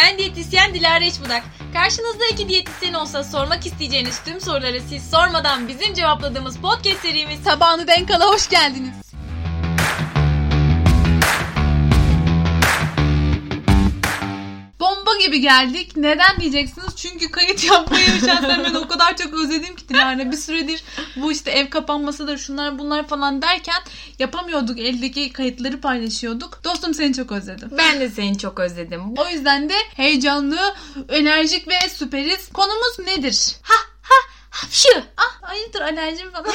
Ben diyetisyen Dilara İçbudak. Karşınızda iki diyetisyen olsa sormak isteyeceğiniz tüm soruları siz sormadan bizim cevapladığımız podcast serimiz Tabağını denk ala hoş geldiniz. Bomba gibi geldik. Neden diyeceksiniz? Çünkü kayıt yapmayı şahsen ben o kadar çok özledim ki Dilara. Bir süredir bu işte ev kapanmasıdır, şunlar bunlar falan derken yapamıyorduk. Eldeki kayıtları paylaşıyorduk. Dostum seni çok özledim. Ben de seni çok özledim. O yüzden de heyecanlı, enerjik ve süperiz. Konumuz nedir? Hapşı. Hayırdır alerjim falan.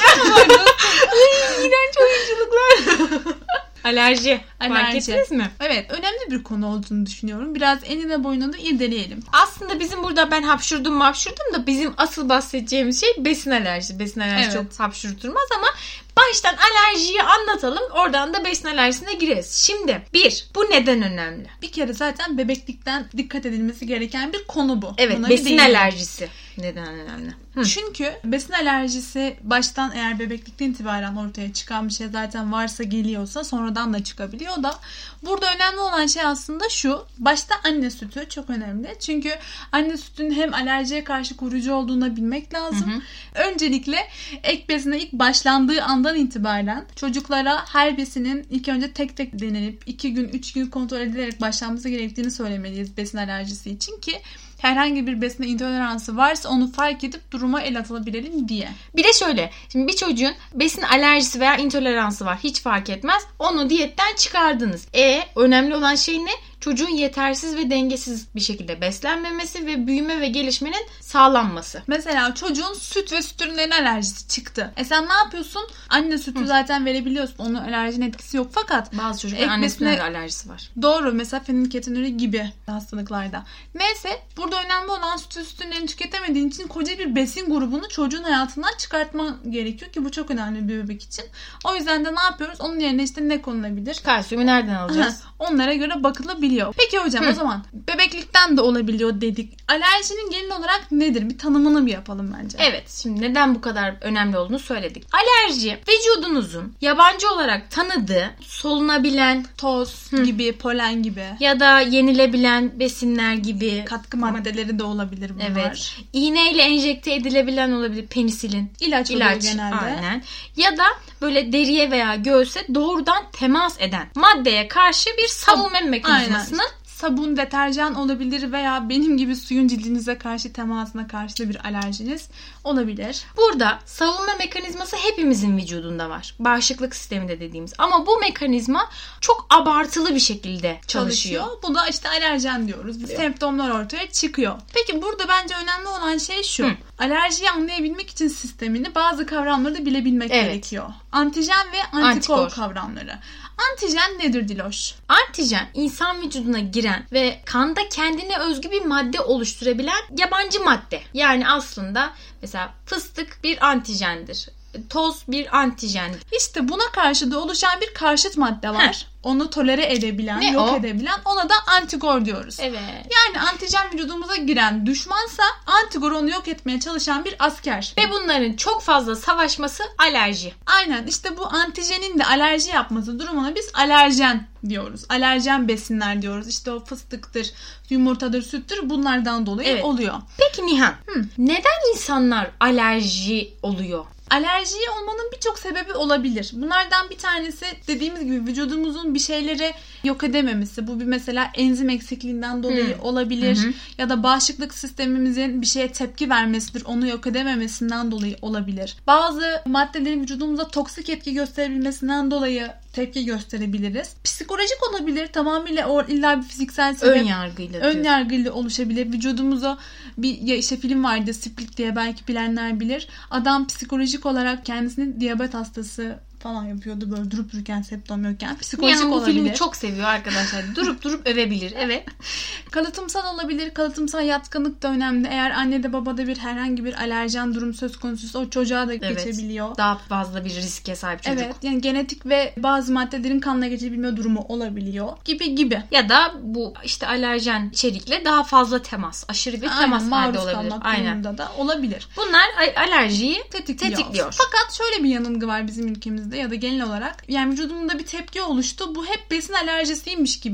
İğrenç oyunculuklar. Alerji. Fark ettiniz mi? Evet, önemli bir konu olduğunu düşünüyorum. Biraz enine boyuna da irdeleyelim. Aslında bizim burada ben hapşurdum da bizim asıl bahsedeceğimiz şey besin alerjisi. Besin alerjisi Evet. çok hapşurturmaz ama baştan alerjiyi anlatalım. Oradan da besin alerjisine gireriz. Şimdi bu neden önemli? Bir kere zaten bebeklikten dikkat edilmesi gereken bir konu bu. Evet, Buna besin bir değinelim. alerjisi neden önemli? Çünkü besin alerjisi baştan eğer bebeklikten itibaren ortaya çıkan bir şey zaten varsa geliyorsa sonradan da çıkabiliyor da burada önemli olan şey aslında şu. Başta anne sütü çok önemli. Çünkü anne sütünün hem alerjiye karşı koruyucu olduğunu bilmek lazım. Öncelikle ek besine ilk başlandığı andan itibaren çocuklara her besinin ilk önce tek tek denenip 2 gün 3 gün kontrol edilerek başlanması gerektiğini söylemeliyiz besin alerjisi için ki herhangi bir besine intoleransı varsa onu fark edip duruma el atabilelim diye. Bir de şöyle. Şimdi bir çocuğun besin alerjisi veya intoleransı var. Hiç fark etmez. Onu diyetten çıkardınız. Önemli olan şey ne? Çocuğun yetersiz ve dengesiz bir şekilde beslenmemesi ve büyüme ve gelişmenin sağlanması. Mesela çocuğun süt ve süt ürünlerine alerjisi çıktı. Sen ne yapıyorsun? Anne sütü zaten verebiliyorsun. Onun alerjinin etkisi yok fakat Bazı çocukların annesinin de alerjisi var. Doğru. Mesela fenilketonuri gibi hastalıklarda. Neyse burada önemli olan süt ve süt ürünlerini tüketemediğin için koca bir besin grubunu çocuğun hayatından çıkartman gerekiyor ki bu çok önemli bir bebek için. O yüzden de ne yapıyoruz? Onun yerine işte ne konulabilir? Kalsiyumu nereden alacağız? Onlara göre bakılabiliyor. Peki hocam o zaman bebeklikten de olabiliyor dedik. Alerjinin genel olarak nedir? Bir tanımını bir yapalım bence. Evet. Şimdi neden bu kadar önemli olduğunu söyledik. Alerji vücudunuzun yabancı olarak tanıdığı solunabilen Toz gibi, polen gibi. ya da yenilebilen besinler gibi Katkı maddeleri de olabilir bunlar. Evet. İğneyle enjekte edilebilen olabilir. Penisilin. İlaç oluyor genelde. Aynen. Ya da böyle deriye veya göğüse doğrudan temas eden maddeye karşı bir savunma mekanizmasının sabun, deterjan olabilir veya benim gibi suyun cildinize karşı temasına karşı da bir alerjiniz olabilir. Burada savunma mekanizması hepimizin vücudunda var. Bağışıklık sisteminde dediğimiz. Ama bu mekanizma çok abartılı bir şekilde çalışıyor. Bu da işte alerjen diyoruz. Semptomlar ortaya çıkıyor. Peki burada bence önemli olan şey şu. Alerjiyi anlayabilmek için sistemini bazı kavramları da bilebilmek gerekiyor. Antijen ve antikor kavramları. Antijen nedir Diloş? Antijen insan vücuduna giren ve kanda kendine özgü bir madde oluşturabilen yabancı madde. Yani aslında mesela fıstık bir antijendir. Toz bir antijendir. İşte buna karşı da oluşan bir karşıt madde var. Onu tolere edebilen, edebilen ona da antikor diyoruz. Evet. Yani antijen vücudumuza giren düşmansa antikor onu yok etmeye çalışan bir asker. Ve bunların çok fazla savaşması alerji. Aynen işte bu antijenin de alerji yapması durumuna biz alerjen diyoruz. Alerjen besinler diyoruz. İşte o fıstıktır, yumurtadır, süttür bunlardan dolayı oluyor. Peki Nihan, neden insanlar alerji oluyor? Alerjiye olmanın birçok sebebi olabilir. Bunlardan bir tanesi dediğimiz gibi vücudumuzun bir şeyleri yok edememesi. Bu bir mesela enzim eksikliğinden dolayı olabilir. Ya da bağışıklık sistemimizin bir şeye tepki vermesidir. Onu yok edememesinden dolayı olabilir. Bazı maddelerin vücudumuza toksik etki gösterebilmesinden dolayı tepki gösterebiliriz. Psikolojik olabilir. Tamamıyla illa bir fiziksel sebep. Ön yargıyla oluşabilir. Vücudumuza bir işte film vardı Split diye belki bilenler bilir. Adam psikolojik olarak kendisini diyabet hastası falan yapıyordu böyle durup dururken semptom yokken. Psikolojik olabilir. Bu filmi çok seviyor arkadaşlar. Durup övebilir. Evet. Kalıtımsal olabilir. Kalıtımsal yatkınlık da önemli. Eğer annede babada bir herhangi bir alerjen durum söz konusuysa o çocuğa da geçebiliyor. Daha fazla bir riske sahip çocuk. Evet. Yani genetik ve bazı maddelerin kanla geçebilme durumu olabiliyor. Gibi. Ya da bu işte alerjen içerikle daha fazla temas. Aşırı bir temas halde olabilir. Aynen. Da olabilir. Bunlar alerjiyi tetikliyor. Fakat şöyle bir yanılgı var bizim ülkemizde ya da genel olarak. Yani vücudumda bir tepki oluştu. Bu hep besin alerjisiymiş gibi bir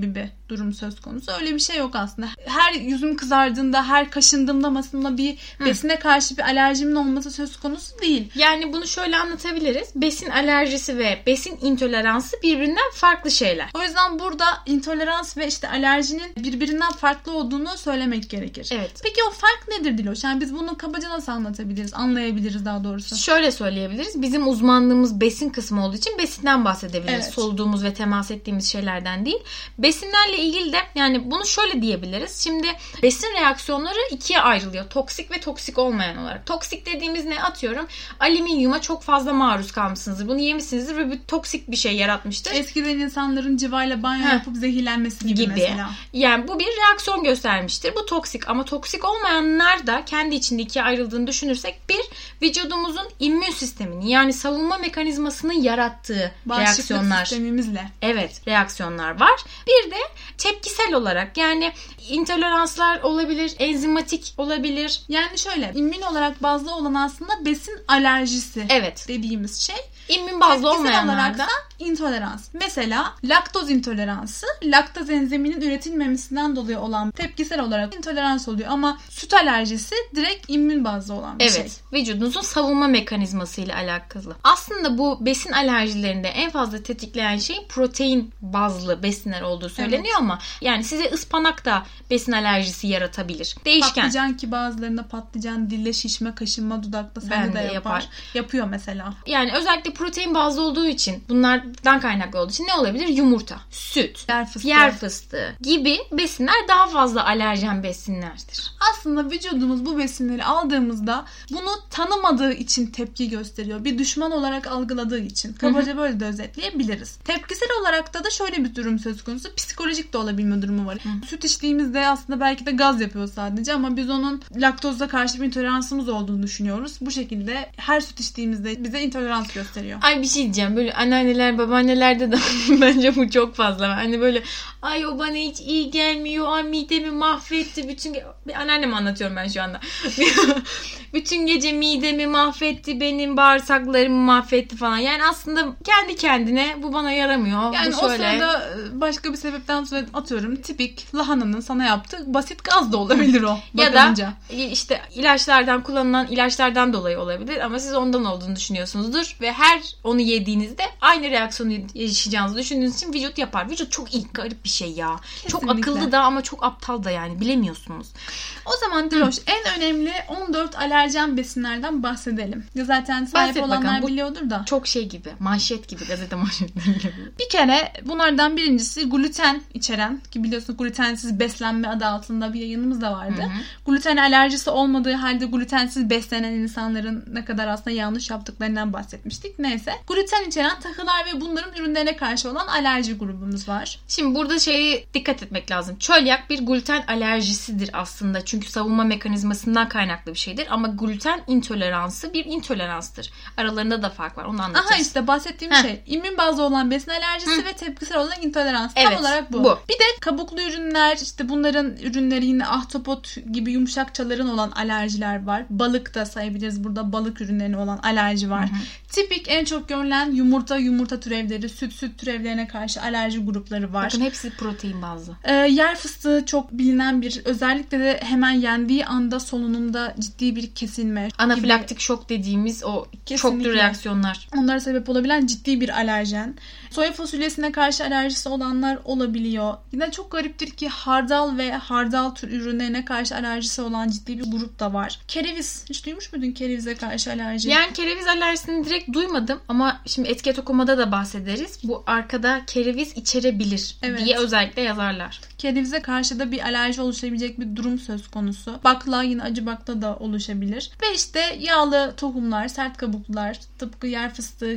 durum söz konusu. Öyle bir şey yok aslında. Her yüzüm kızardığında, her kaşındığımda masumda bir besine karşı bir alerjimin olması söz konusu değil. Yani bunu şöyle anlatabiliriz. Besin alerjisi ve besin intoleransı birbirinden farklı şeyler. O yüzden burada intolerans ve işte alerjinin birbirinden farklı olduğunu söylemek gerekir. Evet. Peki o fark nedir Diloş? Yani biz bunu kabaca nasıl anlatabiliriz? Anlayabiliriz daha doğrusu. Şöyle söyleyebiliriz. Bizim uzmanlığımız besin kısmı olduğu için besinden bahsedebiliriz. Evet. Soluduğumuz ve temas ettiğimiz şeylerden değil. Besinlerle ilgili de yani bunu şöyle diyebiliriz. Şimdi besin reaksiyonları ikiye ayrılıyor. Toksik ve toksik olmayan olarak. Toksik dediğimiz ne? Atıyorum alüminyuma çok fazla maruz kalmışsınızdır. Bunu yemişsinizdir ve bir toksik bir şey yaratmıştır. Eskiden insanların cıvayla banyo yapıp zehirlenmesi gibi mesela. Yani bu bir reaksiyon göstermiştir. Bu toksik ama toksik olmayanlar da kendi içinde ikiye ayrıldığını düşünürsek bir vücudumuzun immün sistemini yani savunma mekanizmasını yarattığı reaksiyonlar. Bağışıklık sistemimizle. Evet, reaksiyonlar var. Bir de tepkisel olarak yani intoleranslar olabilir, enzimatik olabilir. Yani şöyle immün olarak bazlı olan aslında besin alerjisi dediğimiz şey. İmmün bazlı olmayanlarda olarak da intolerans. Mesela laktoz intoleransı, laktaz enziminin üretilmemesinden dolayı olan tepkisel olarak intolerans oluyor. Ama süt alerjisi direkt immün bazlı olan bir şey. Evet, vücudunuzun savunma mekanizması ile alakalı. Aslında bu besin alerjilerinde en fazla tetikleyen şey protein bazlı besinler olduğu söyleniyor ama yani size ıspanak da besin alerjisi yaratabilir. Değişken. Patlıcan ki bazılarında patlıcan dille şişme, kaşınma, dudakta sende de yapar. Yapıyor mesela. Yani özellikle protein bazlı olduğu için bunlardan kaynaklı olduğu için ne olabilir? Yumurta, süt, yer fıstığı gibi besinler daha fazla alerjen besinlerdir. Aslında vücudumuz bu besinleri aldığımızda bunu tanımadığı için tepki gösteriyor. Bir düşman olarak algıladığı için. Kabaca böyle de özetleyebiliriz. Tepkisel olarak da şöyle bir durum söz konusu. Psikolojik de olabilme durumu var. Süt içtiğimizde aslında belki de gaz yapıyor sadece ama biz onun laktozla karşı bir intoleransımız olduğunu düşünüyoruz. Bu şekilde her süt içtiğimizde bize intolerans gösteriyor. Ay bir şey diyeceğim. Böyle anneanneler, babaannelerde de bence bu çok fazla. Hani böyle ay o bana hiç iyi gelmiyor. Ay midemi mahvetti. Bir anneanneme anlatıyorum ben şu anda. Bütün gece midemi mahvetti. Benim bağırsaklarımı mahvetti falan. Yani aslında kendi kendine bu bana yaramıyor. Yani bu o sırada başka bir sebepten sonra atıyorum tipik lahananın sana yaptığı basit gaz da olabilir o. Ya da işte kullanılan ilaçlardan dolayı olabilir ama siz ondan olduğunu düşünüyorsunuzdur ve her onu yediğinizde aynı reaksiyonu yaşayacağınızı düşündüğünüz için vücut yapar. Vücut çok iyi, garip bir şey ya. Kesinlikle. Çok akıllı da ama çok aptal da yani bilemiyorsunuz. O zaman Diloş en önemli 14 alerjen besinlerden bahsedelim. Zaten sahip olanlar biliyordur da. Çok şey gibi, manşet gibi, gazete manşetleri gibi. Bir kere bunlardan birincisi gluten içeren ki biliyorsun glutensiz beslenme adı altında bir yayınımız da vardı. Gluten alerjisi olmadığı halde glutensiz beslenen insanların ne kadar aslında yanlış yaptıklarından bahsetmiştik. Neyse. Gluten içeren tahıllar ve bunların ürünlerine karşı olan alerji grubumuz var. Şimdi burada dikkat etmek lazım. Çölyak bir gluten alerjisidir aslında. Çünkü savunma mekanizmasından kaynaklı bir şeydir. Ama gluten intoleransı bir intoleranstır. Aralarında da fark var. Onu anlatacağız. Aha işte bahsettiğim şey. İmmün bazlı olan besin alerjisi ve tepkisel olan intolerans. Tam olarak bu. Bir de kabuklu ürünler, işte bunların ürünleri yine ahtapot gibi yumuşakçaların olan alerjiler var. Balık da sayabiliriz. Burada balık ürünlerine olan alerji var. Tipik en çok görülen yumurta türevleri, süt türevlerine karşı alerji grupları var. Bakın hepsi protein bazlı. Yer fıstığı çok bilinen bir, özellikle de hemen yendiği anda solunumda ciddi bir kesilme. Anafilaktik şok dediğimiz o çoklu reaksiyonlar. Onlara sebep olabilen ciddi bir alerjen. Soya fasulyesine karşı alerjisi olanlar olabiliyor. Yine çok gariptir ki hardal ve hardal tür ürünlerine karşı alerjisi olan ciddi bir grup da var. Kereviz. Hiç duymuş muydun kerevize karşı alerji? Yani kereviz alerjisini direkt duymadım ama şimdi etiket okumada da bahsederiz. Bu arkada kereviz içerebilir diye özellikle yazarlar. Kerevize karşı da bir alerji oluşabilecek bir durum söz konusu. Bakla, yine acı bakla da oluşabilir. Ve işte yağlı tohumlar, sert kabuklar, tıpkı yer fıstığı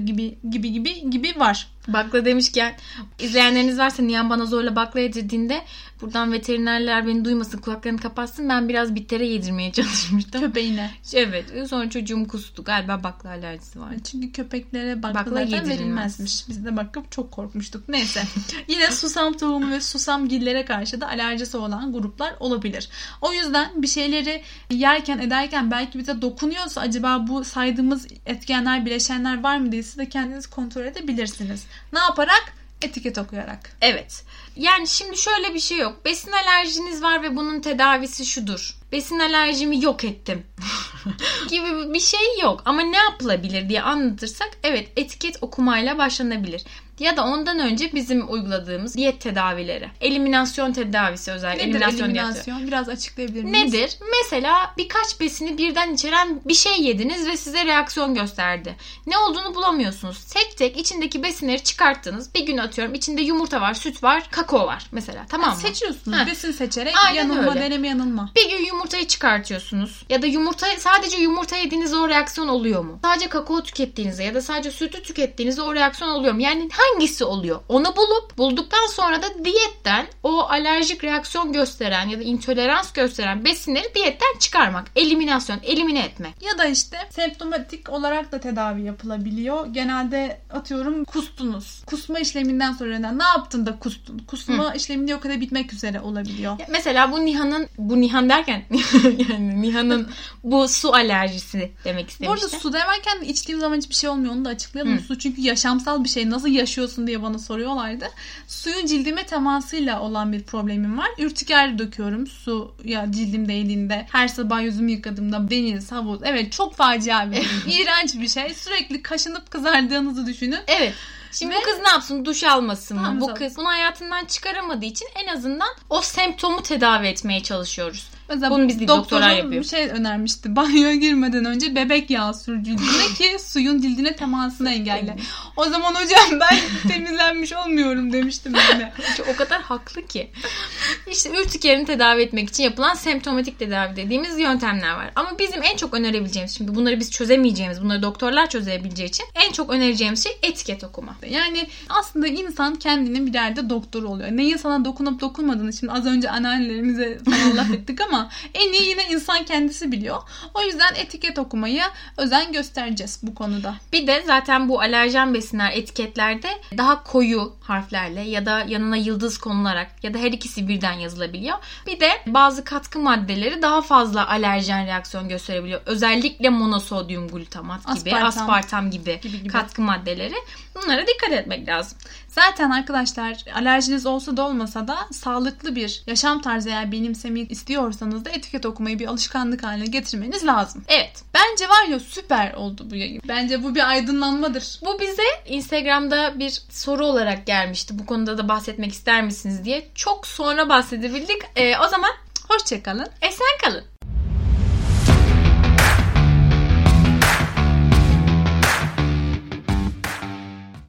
gibi var. Bakla demişken izleyenleriniz varsa Nihan bana zorla bakla yedirdiğinde buradan veterinerler beni duymasın, kulaklarını kapatsın, ben biraz bittere yedirmeye çalışmıştım. Köpeğine. Evet. Sonra çocuğum kustu. Galiba bakla alerjisi var. Çünkü köpeklere bakla verilmezmiş. Biz de bakıp çok korkmuştuk. Neyse. Yine susam tohumu ve susam gillere karşı da alerjisi olan gruplar olabilir. O yüzden bir şeyleri yerken ederken belki bize dokunuyorsa acaba bu saydığımız etkenler, bileşenler var mı diye siz de kendiniz kontrol edebilirsiniz. Ne yaparak? Etiket okuyarak. Evet. Yani şimdi şöyle bir şey yok. Besin alerjiniz var ve bunun tedavisi şudur. Besin alerjimi yok ettim gibi bir şey yok. Ama ne yapılabilir diye anlatırsak evet etiket okumayla başlanabilir. Ya da ondan önce bizim uyguladığımız diyet tedavileri. Eliminasyon tedavisi özellikle. Nedir eliminasyon? Biraz açıklayabilir miyiz? Nedir? Mesela birkaç besini birden içeren bir şey yediniz ve size reaksiyon gösterdi. Ne olduğunu bulamıyorsunuz. Tek tek içindeki besinleri çıkarttınız. Bir gün atıyorum içinde yumurta var, süt var, kakao var mesela. Tamam mı? Seçiyorsunuz. Besin seçerek aynen yanılma, öyle. deneme yanılma. Bir gün yumurtayı çıkartıyorsunuz. Ya da sadece yumurta yediğinizde o reaksiyon oluyor mu? Sadece kakao tükettiğinizde ya da sadece sütü tükettiğinizde o reaksiyon oluyor mu? Yani hangisi oluyor? Onu bulduktan sonra da diyetten o alerjik reaksiyon gösteren ya da intolerans gösteren besinleri diyetten çıkarmak. Eliminasyon, elimine etmek. Ya da işte semptomatik olarak da tedavi yapılabiliyor. Genelde atıyorum kustunuz. Kusma işleminden sonra ne yaptın da kustun? Kusma işleminde yok kadar bitmek üzere olabiliyor. Ya mesela bu Nihan derken yani Nihan'ın bu su alerjisi demek istemiştim. Bu arada su derken içtiğim zaman hiçbir şey olmuyor. Onu da açıklayalım. Su çünkü yaşamsal bir şey. Nasıl yaşıyorsun diye bana soruyorlardı. Suyun cildime temasıyla olan bir problemim var. Ürtiker döküyorum su ya cildim değdiğinde. Her sabah yüzümü yıkadığımda deniz, havuz. Evet çok facia bir şey. İğrenç bir şey. Sürekli kaşınıp kızardığınızı düşünün. Evet. Şimdi bu kız ne yapsın? Duş almasın mı? Tamam, Bu kız bunu hayatından çıkaramadığı için en azından o semptomu tedavi etmeye çalışıyoruz. Mesela bunu biz değil, doktorlar yapıyor. Bir şey önermişti. Banyoya girmeden önce bebek yağı sür cildine ki suyun cildine temasını engelle. O zaman hocam ben temizlenmiş olmuyorum demiştim ben de. O kadar haklı ki. İşte ürtikerini tedavi etmek için yapılan semptomatik tedavi dediğimiz yöntemler var. Ama bizim en çok önerebileceğimiz, şimdi bunları biz çözemeyeceğimiz, bunları doktorlar çözebileceği için en çok önereceğimiz şey etiket okuma. Yani aslında insan kendinin bir yerde doktoru oluyor. Neyin sana dokunup dokunmadığını şimdi az önce anneannelerimize falan laf ettik ama en iyi yine insan kendisi biliyor. O yüzden etiket okumaya özen göstereceğiz bu konuda. Bir de zaten bu alerjen besinler etiketlerde daha koyu harflerle ya da yanına yıldız konularak ya da her ikisi birden yazılabiliyor. Bir de bazı katkı maddeleri daha fazla alerjen reaksiyon gösterebiliyor. Özellikle monosodyum glutamat gibi, aspartam gibi katkı maddeleri. Bunlara dikkat etmek lazım. Zaten arkadaşlar alerjiniz olsa da olmasa da sağlıklı bir yaşam tarzı eğer benimsemeyi istiyorsanız da etiket okumayı bir alışkanlık haline getirmeniz lazım. Evet. Bence var ya süper oldu bu yayın. Bence bu bir aydınlanmadır. Bu bize Instagram'da bir soru olarak gelmişti. Bu konuda da bahsetmek ister misiniz diye. Çok sonra bahsedebildik. O zaman hoşça kalın. Esen kalın.